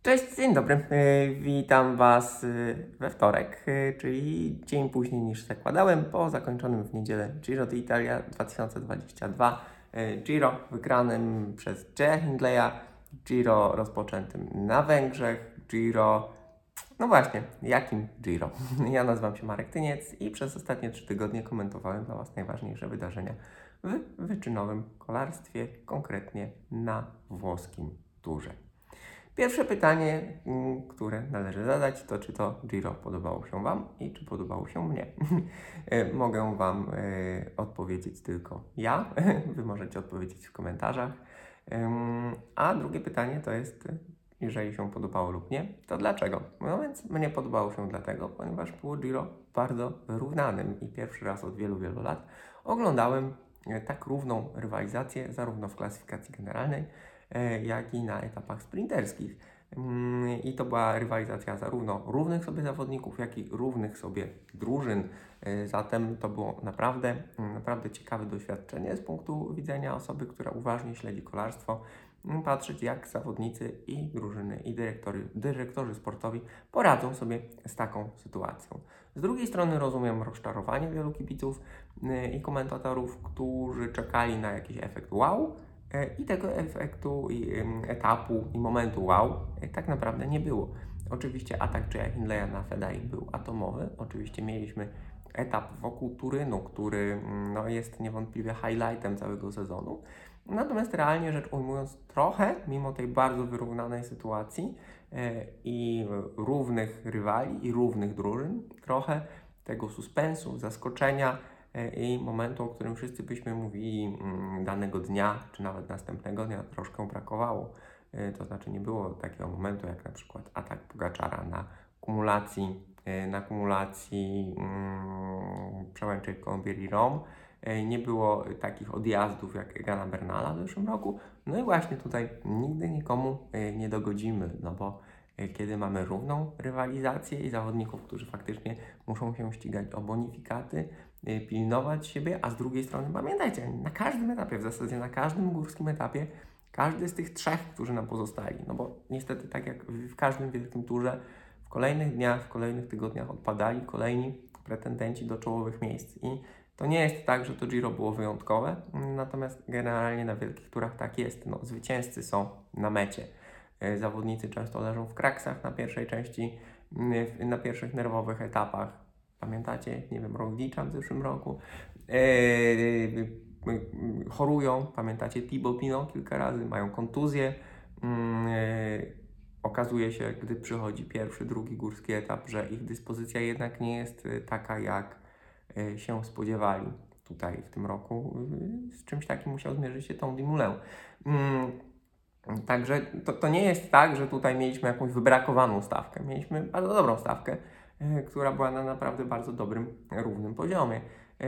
Cześć, dzień dobry. Witam Was we wtorek, czyli dzień później niż zakładałem, po zakończonym w niedzielę Giro d'Italia 2022. Giro wygranym przez Jaya Hindleya, Giro rozpoczętym na Węgrzech, Giro... No właśnie, jakim Giro? Ja nazywam się Marek Tyniec i przez ostatnie 3 tygodnie komentowałem dla Was najważniejsze wydarzenia w wyczynowym kolarstwie, konkretnie na włoskim Turze. Pierwsze pytanie, które należy zadać, to czy to Giro podobało się Wam i czy podobało się mnie. Mogę Wam odpowiedzieć tylko ja, Wy możecie odpowiedzieć w komentarzach. A drugie pytanie to jest, jeżeli się podobało lub nie, to dlaczego? No więc mnie podobało się dlatego, ponieważ było Giro bardzo wyrównanym i pierwszy raz od wielu, wielu lat oglądałem tak równą rywalizację zarówno w klasyfikacji generalnej, jak i na etapach sprinterskich. I to była rywalizacja zarówno równych sobie zawodników, jak i równych sobie drużyn. Zatem to było naprawdę ciekawe doświadczenie z punktu widzenia osoby, która uważnie śledzi kolarstwo. Patrzeć, jak zawodnicy i drużyny, i dyrektorzy sportowi poradzą sobie z taką sytuacją. Z drugiej strony rozumiem rozczarowanie wielu kibiców i komentatorów, którzy czekali na jakiś efekt wow, i tego efektu, etapu i momentu wow tak naprawdę nie było. Oczywiście atak Jaya Hindleya na Fedai był atomowy. Oczywiście mieliśmy etap wokół Turynu, który jest niewątpliwie highlightem całego sezonu. Natomiast realnie rzecz ujmując, trochę, mimo tej bardzo wyrównanej sytuacji i równych rywali i równych drużyn, trochę tego suspensu, zaskoczenia i momentu, o którym wszyscy byśmy mówili danego dnia, czy nawet następnego dnia, troszkę brakowało. To znaczy nie było takiego momentu, jak na przykład atak Pogaczara na kumulacji przełęczy Colombier-Rom. Nie było takich odjazdów jak Egana Bernala w zeszłym roku. No i właśnie tutaj nigdy nikomu nie dogodzimy, no bo kiedy mamy równą rywalizację i zawodników, którzy faktycznie muszą się ścigać o bonifikaty, pilnować siebie, a z drugiej strony pamiętajcie, na każdym etapie, w zasadzie na każdym górskim etapie, każdy z tych trzech, którzy nam pozostali, no bo niestety tak jak w każdym wielkim turze, w kolejnych dniach, w kolejnych tygodniach odpadali kolejni pretendenci do czołowych miejsc i to nie jest tak, że to Giro było wyjątkowe, natomiast generalnie na wielkich turach tak jest. No, zwycięzcy są na mecie. Zawodnicy często leżą w kraksach na pierwszej części, na pierwszych nerwowych etapach. Pamiętacie, nie wiem, Roglicza w zeszłym roku. Chorują, pamiętacie, Thibaut Pinot kilka razy, mają kontuzję. Okazuje się, gdy przychodzi pierwszy, drugi górski etap, że ich dyspozycja jednak nie jest taka, jak się spodziewali. Tutaj w tym roku z czymś takim musiał zmierzyć się Tom Dumoulin. Także to nie jest tak, że tutaj mieliśmy jakąś wybrakowaną stawkę. Mieliśmy bardzo dobrą stawkę, która była na naprawdę bardzo dobrym, równym poziomie.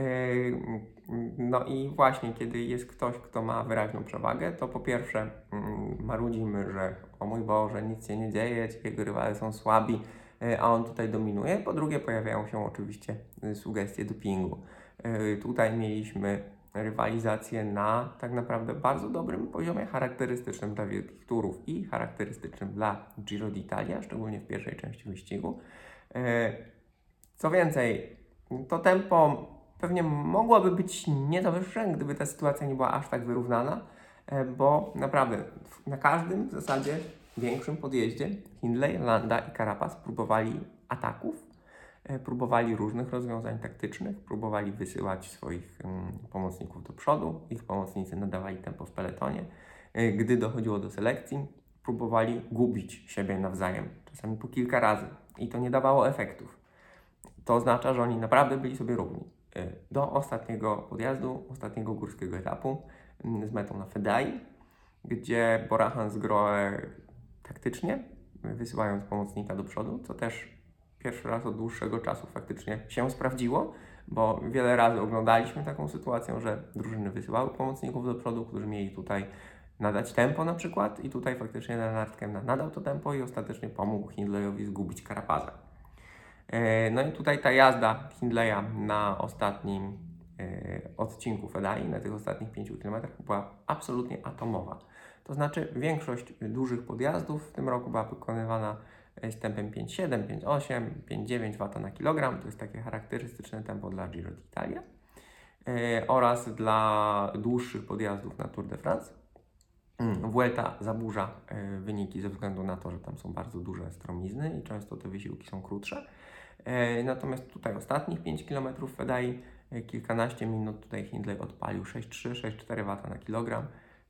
No i właśnie, kiedy jest ktoś, kto ma wyraźną przewagę, to po pierwsze marudzimy, że o mój Boże, nic się nie dzieje, ci jego rywale są słabi, a on tutaj dominuje. Po drugie pojawiają się oczywiście sugestie dopingu. Tutaj mieliśmy rywalizację na tak naprawdę bardzo dobrym poziomie, charakterystycznym dla wielkich turów i charakterystycznym dla Giro d'Italia, szczególnie w pierwszej części wyścigu. Co więcej, to tempo pewnie mogłoby być nieco wyższe, gdyby ta sytuacja nie była aż tak wyrównana, bo naprawdę na każdym w zasadzie większym podjeździe Hindley, Landa i Carapaz próbowali ataków, próbowali różnych rozwiązań taktycznych, próbowali wysyłać swoich pomocników do przodu, ich pomocnicy nadawali tempo w peletonie. Gdy dochodziło do selekcji, próbowali gubić siebie nawzajem, czasami po kilka razy i to nie dawało efektów. To oznacza, że oni naprawdę byli sobie równi. Do ostatniego podjazdu, ostatniego górskiego etapu z metą na Fedai, gdzie Bora Hansgrohe taktycznie, wysyłając pomocnika do przodu, co też pierwszy raz od dłuższego czasu faktycznie się sprawdziło, bo wiele razy oglądaliśmy taką sytuację, że drużyny wysyłały pomocników do przodu, którzy mieli tutaj nadać tempo na przykład i tutaj faktycznie Lennart Kemna nadał to tempo i ostatecznie pomógł Hindleyowi zgubić Carapaza. No i tutaj ta jazda Hindleya na ostatnim odcinku Fedai, na tych ostatnich 5 km była absolutnie atomowa. To znaczy większość dużych podjazdów w tym roku była wykonywana z tempem 5,7, 5,8, 5,9 W na kilogram. To jest takie charakterystyczne tempo dla Giro d'Italia oraz dla dłuższych podjazdów na Tour de France. Vuelta zaburza wyniki ze względu na to, że tam są bardzo duże stromizny i często te wysiłki są krótsze. Natomiast tutaj ostatnich 5 km Fedai, kilkanaście minut tutaj Hindley odpalił 6,3, 6,4 W na kilogram.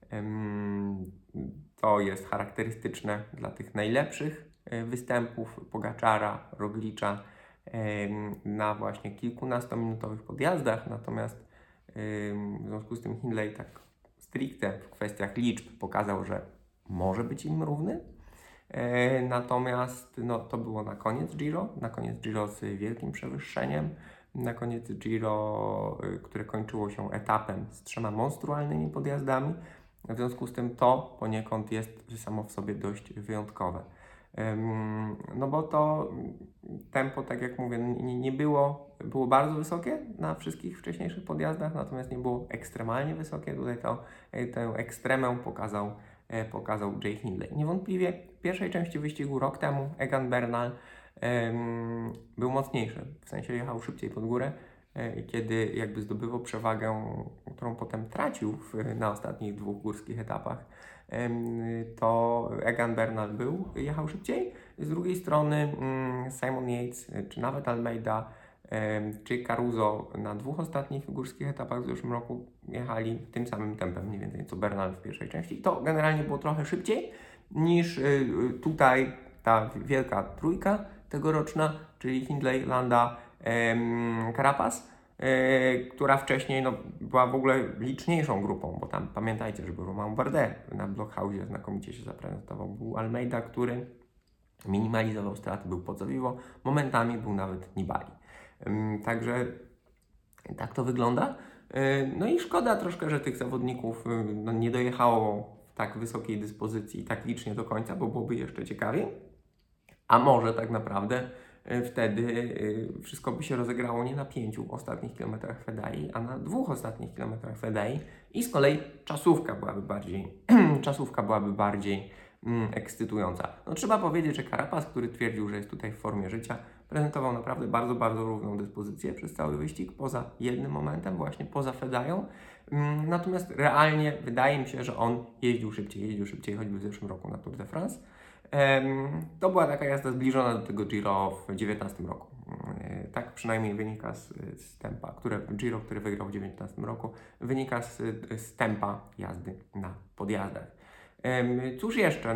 To jest charakterystyczne dla tych najlepszych występów Pogaczara, Roglicza na właśnie kilkunastominutowych podjazdach. Natomiast w związku z tym Hindley tak stricte w kwestiach liczb pokazał, że może być im równy. Natomiast no, to było na koniec Giro z wielkim przewyższeniem, na koniec Giro, które kończyło się etapem z 3 monstrualnymi podjazdami. W związku z tym to poniekąd jest samo w sobie dość wyjątkowe. No bo to tempo, tak jak mówię, nie było bardzo wysokie na wszystkich wcześniejszych podjazdach, natomiast nie było ekstremalnie wysokie. Tutaj tę ekstremę pokazał Jay Hindley. Niewątpliwie w pierwszej części wyścigu rok temu Egan Bernal był mocniejszy, w sensie jechał szybciej pod górę, kiedy jakby zdobywał przewagę, którą potem tracił na ostatnich 2 górskich etapach, to Egan Bernal jechał szybciej. Z drugiej strony Simon Yates, czy nawet Almeida, czy Caruso na 2 ostatnich górskich etapach w zeszłym roku jechali tym samym tempem, mniej więcej co Bernal w pierwszej części. I to generalnie było trochę szybciej niż tutaj ta wielka trójka tegoroczna, czyli Hindley, Landa, Carapaz, która wcześniej była w ogóle liczniejszą grupą, bo tam pamiętajcie, że był Romain Bardet na Blockhouse, znakomicie się zaprezentował. Był Almeida, który minimalizował straty, był Pozzovivo, momentami był nawet Nibali. Także tak to wygląda. No i szkoda troszkę, że tych zawodników nie dojechało w tak wysokiej dyspozycji, tak licznie do końca, bo byłoby jeszcze ciekawiej. A może tak naprawdę wtedy wszystko by się rozegrało nie na 5 ostatnich kilometrach Fedai, a na 2 ostatnich kilometrach Fedai i z kolei czasówka byłaby bardziej ekscytująca. No, trzeba powiedzieć, że Carapaz, który twierdził, że jest tutaj w formie życia, prezentował naprawdę bardzo, bardzo równą dyspozycję przez cały wyścig, poza jednym momentem, właśnie poza Fedają. Natomiast realnie wydaje mi się, że on jeździł szybciej choćby w zeszłym roku na Tour de France. To była taka jazda zbliżona do tego Giro w 2019 roku. Tak przynajmniej wynika z tempa, Giro, który wygrał w 2019 roku, wynika z tempa jazdy na podjazdach. Cóż jeszcze?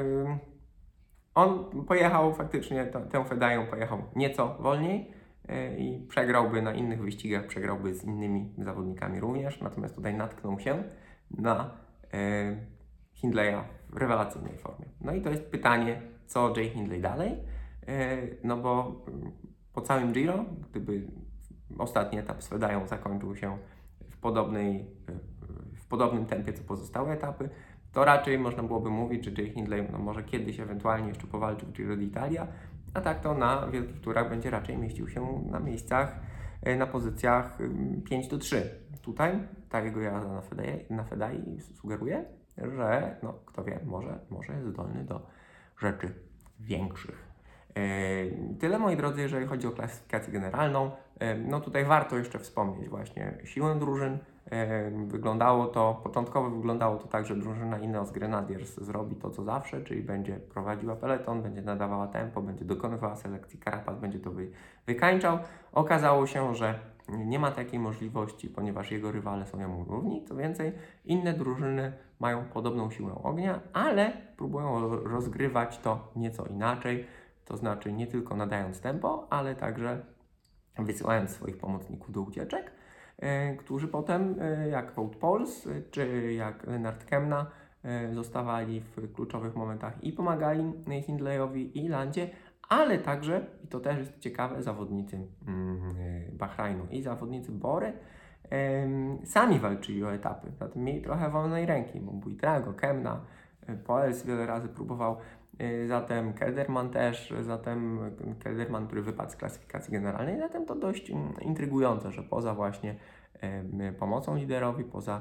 On pojechał faktycznie, tę Fedają pojechał nieco wolniej i przegrałby na innych wyścigach, przegrałby z innymi zawodnikami również, natomiast tutaj natknął się na Hindleya w rewelacyjnej formie. No i to jest pytanie, co Jay Hindley dalej, no bo po całym Giro, gdyby ostatni etap z Fedają zakończył się w podobnym tempie, co pozostałe etapy, to raczej można byłoby mówić, że Jay Hindley może kiedyś ewentualnie jeszcze powalczy w Giro d'Italia, a tak to na wielkich turach będzie raczej mieścił się na miejscach, na pozycjach 5-3. Tutaj ta jego jazda na Fedai sugeruje, że kto wie, może jest zdolny do rzeczy większych. Tyle, moi drodzy, jeżeli chodzi o klasyfikację generalną. Tutaj warto jeszcze wspomnieć właśnie siłę drużyn. Początkowo wyglądało to tak, że drużyna Ineos Grenadiers zrobi to, co zawsze, czyli będzie prowadziła peleton, będzie nadawała tempo, będzie dokonywała selekcji, Carapaz będzie to wykańczał. Okazało się, że nie ma takiej możliwości, ponieważ jego rywale są jemu równi. Co więcej, inne drużyny mają podobną siłę ognia, ale próbują rozgrywać to nieco inaczej. To znaczy nie tylko nadając tempo, ale także wysyłając swoich pomocników do ucieczek, którzy potem, jak Wout Poels czy jak Lennart Kemna, zostawali w kluczowych momentach i pomagali Hindleyowi i Landzie, ale także, i to też jest ciekawe, zawodnicy Bahrainu i zawodnicy Bory sami walczyli o etapy. Zatem mieli trochę wolnej ręki, bo Buitrago, Kemna, Poels wiele razy próbował, zatem Kelderman też, Kelderman, który wypadł z klasyfikacji generalnej, zatem to dość intrygujące, że poza właśnie pomocą liderowi, poza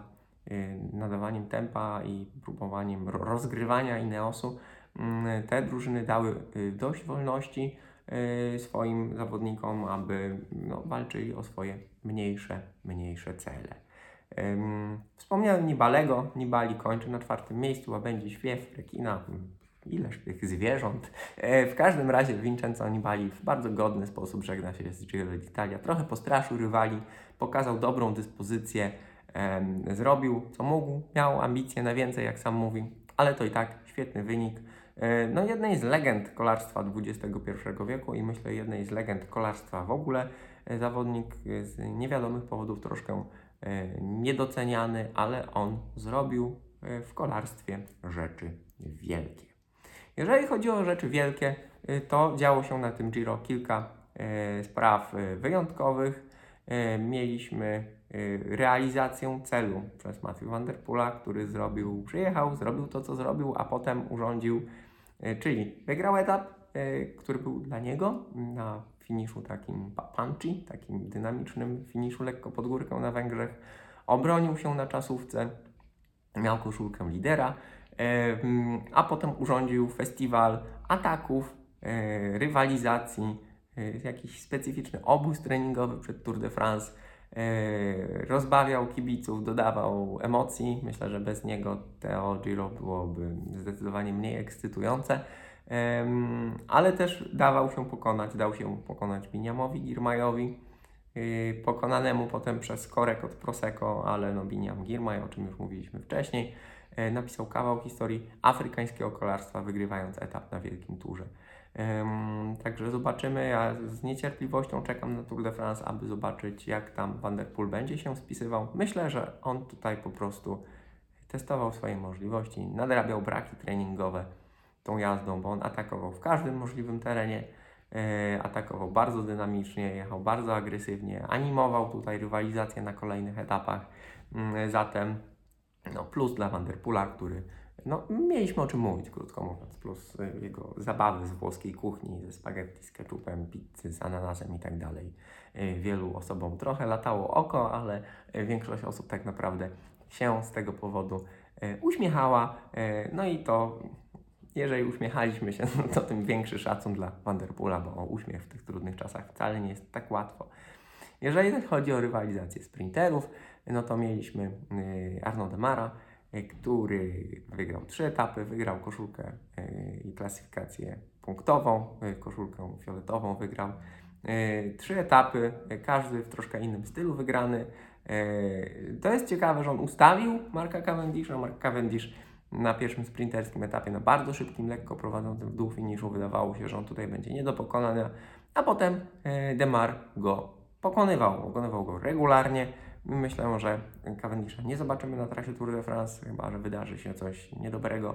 nadawaniem tempa i próbowaniem rozgrywania Ineosu, te drużyny dały dość wolności swoim zawodnikom, aby walczyli o swoje mniejsze cele. Wspomniałem Nibalego. Nibali kończy na 4. miejscu, a będzie śpiew rekina. Ileż tych zwierząt. W każdym razie Vincenzo Nibali w bardzo godny sposób żegna się z Giro d'Italia. Trochę postraszył rywali, pokazał dobrą dyspozycję, zrobił co mógł, miał ambicje na więcej, jak sam mówi, ale to i tak świetny wynik. Jednej z legend kolarstwa XXI wieku i myślę jednej z legend kolarstwa w ogóle. Zawodnik z niewiadomych powodów troszkę niedoceniany, ale on zrobił w kolarstwie rzeczy wielkie. Jeżeli chodzi o rzeczy wielkie, to działo się na tym Giro kilka spraw wyjątkowych. Mieliśmy realizację celu przez Mathieu van der Poela, który przyjechał, zrobił to, co zrobił, a potem urządził, czyli wygrał etap, który był dla niego na finiszu takim punchy, takim dynamicznym finiszu lekko pod górkę na Węgrzech. Obronił się na czasówce, miał koszulkę lidera, a potem urządził festiwal ataków, rywalizacji, jakiś specyficzny obóz treningowy przed Tour de France, rozbawiał kibiców, dodawał emocji. Myślę, że bez niego to Giro byłoby zdecydowanie mniej ekscytujące, ale też dał się pokonać Biniamowi Girmayowi, pokonanemu potem przez korek od Prosecco, ale Biniam Girmay, o czym już mówiliśmy wcześniej, napisał kawał historii afrykańskiego kolarstwa, wygrywając etap na Wielkim Turze. Także zobaczymy. Ja z niecierpliwością czekam na Tour de France, aby zobaczyć, jak tam Van der Poel będzie się spisywał. Myślę, że on tutaj po prostu testował swoje możliwości, nadrabiał braki treningowe tą jazdą, bo on atakował w każdym możliwym terenie, atakował bardzo dynamicznie, jechał bardzo agresywnie, animował tutaj rywalizację na kolejnych etapach. Zatem plus dla Van der Poela, który mieliśmy o czym mówić, krótko mówiąc, plus jego zabawy z włoskiej kuchni, ze spaghetti z ketchupem, pizzy z ananasem i tak dalej. Wielu osobom trochę latało oko, ale większość osób tak naprawdę się z tego powodu uśmiechała. I to, jeżeli uśmiechaliśmy się, to tym większy szacun dla Van der Poela, bo o uśmiech w tych trudnych czasach wcale nie jest tak łatwo. Jeżeli chodzi o rywalizację sprinterów, to mieliśmy Arnaud Démara, który wygrał 3 etapy, wygrał koszulkę i klasyfikację punktową, koszulkę fioletową wygrał. 3 etapy, każdy w troszkę innym stylu wygrany. To jest ciekawe, że on ustawił Marka Cavendisha. Mark Cavendish na pierwszym sprinterskim etapie, na bardzo szybkim, lekko prowadzącym w dół finiszu, wydawało się, że on tutaj będzie nie do pokonania, a potem Démare go pokonywał go regularnie. Myślę, że Cavendisha nie zobaczymy na trasie Tour de France, chyba że wydarzy się coś niedobrego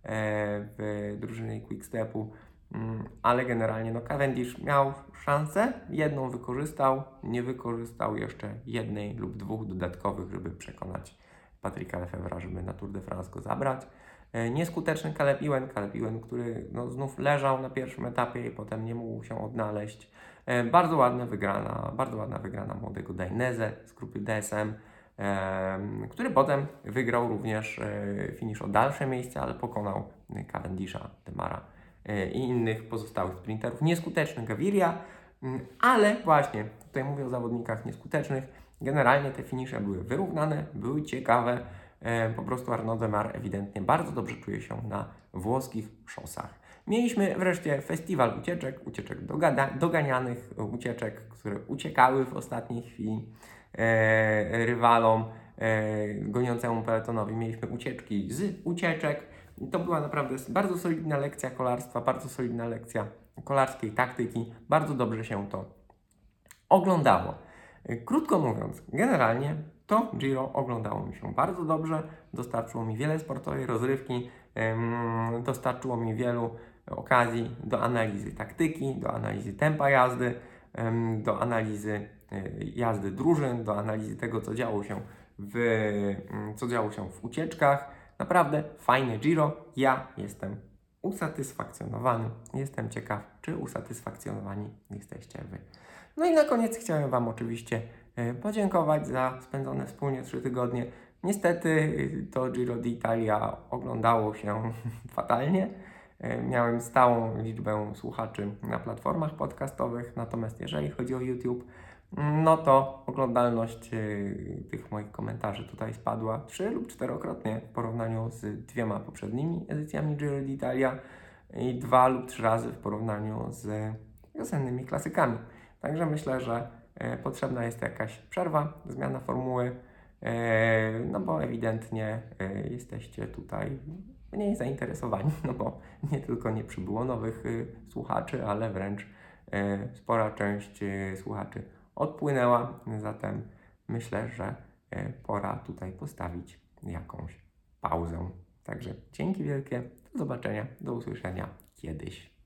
w drużynie Quick-Stepu, ale generalnie Cavendish miał szansę, jedną wykorzystał, nie wykorzystał jeszcze jednej lub 2 dodatkowych, żeby przekonać Patricka Lefevera, żeby na Tour de France go zabrać. Nieskuteczny Caleb Ewan, który znów leżał na pierwszym etapie i potem nie mógł się odnaleźć. Bardzo ładna wygrana młodego Dainese z grupy DSM, który potem wygrał również finisz o dalsze miejsce, ale pokonał Cavendisha, Démara i innych pozostałych sprinterów. Nieskuteczny Gaviria, ale właśnie tutaj mówię o zawodnikach nieskutecznych. Generalnie te finisze były wyrównane, były ciekawe. Po prostu Arnaud Démare ewidentnie bardzo dobrze czuje się na włoskich szosach. Mieliśmy wreszcie festiwal ucieczek doganianych, ucieczek, które uciekały w ostatniej chwili rywalom goniącemu peletonowi. Mieliśmy ucieczki z ucieczek. To była naprawdę bardzo solidna lekcja kolarstwa, bardzo solidna lekcja kolarskiej taktyki. Bardzo dobrze się to oglądało. Krótko mówiąc, generalnie to Giro oglądało mi się bardzo dobrze, dostarczyło mi wiele sportowej rozrywki, dostarczyło mi wielu okazji do analizy taktyki, do analizy tempa jazdy, do analizy jazdy drużyn, do analizy tego, co działo się w ucieczkach. Naprawdę fajne Giro. Ja jestem usatysfakcjonowany. Jestem ciekaw, czy usatysfakcjonowani jesteście Wy. I na koniec chciałem Wam oczywiście podziękować za spędzone wspólnie 3 tygodnie. Niestety to Giro d'Italia oglądało się fatalnie. Miałem stałą liczbę słuchaczy na platformach podcastowych, natomiast jeżeli chodzi o YouTube, no to oglądalność tych moich komentarzy tutaj spadła 3 lub 4-krotnie w porównaniu z 2 poprzednimi edycjami Giro d'Italia i 2 lub 3 razy w porównaniu z wiosennymi klasykami. Także myślę, że potrzebna jest jakaś przerwa, zmiana formuły, no bo ewidentnie jesteście tutaj mniej zainteresowani, no bo nie tylko nie przybyło nowych słuchaczy, ale wręcz spora część słuchaczy odpłynęła, zatem myślę, że pora tutaj postawić jakąś pauzę. Także dzięki wielkie, do zobaczenia, do usłyszenia kiedyś.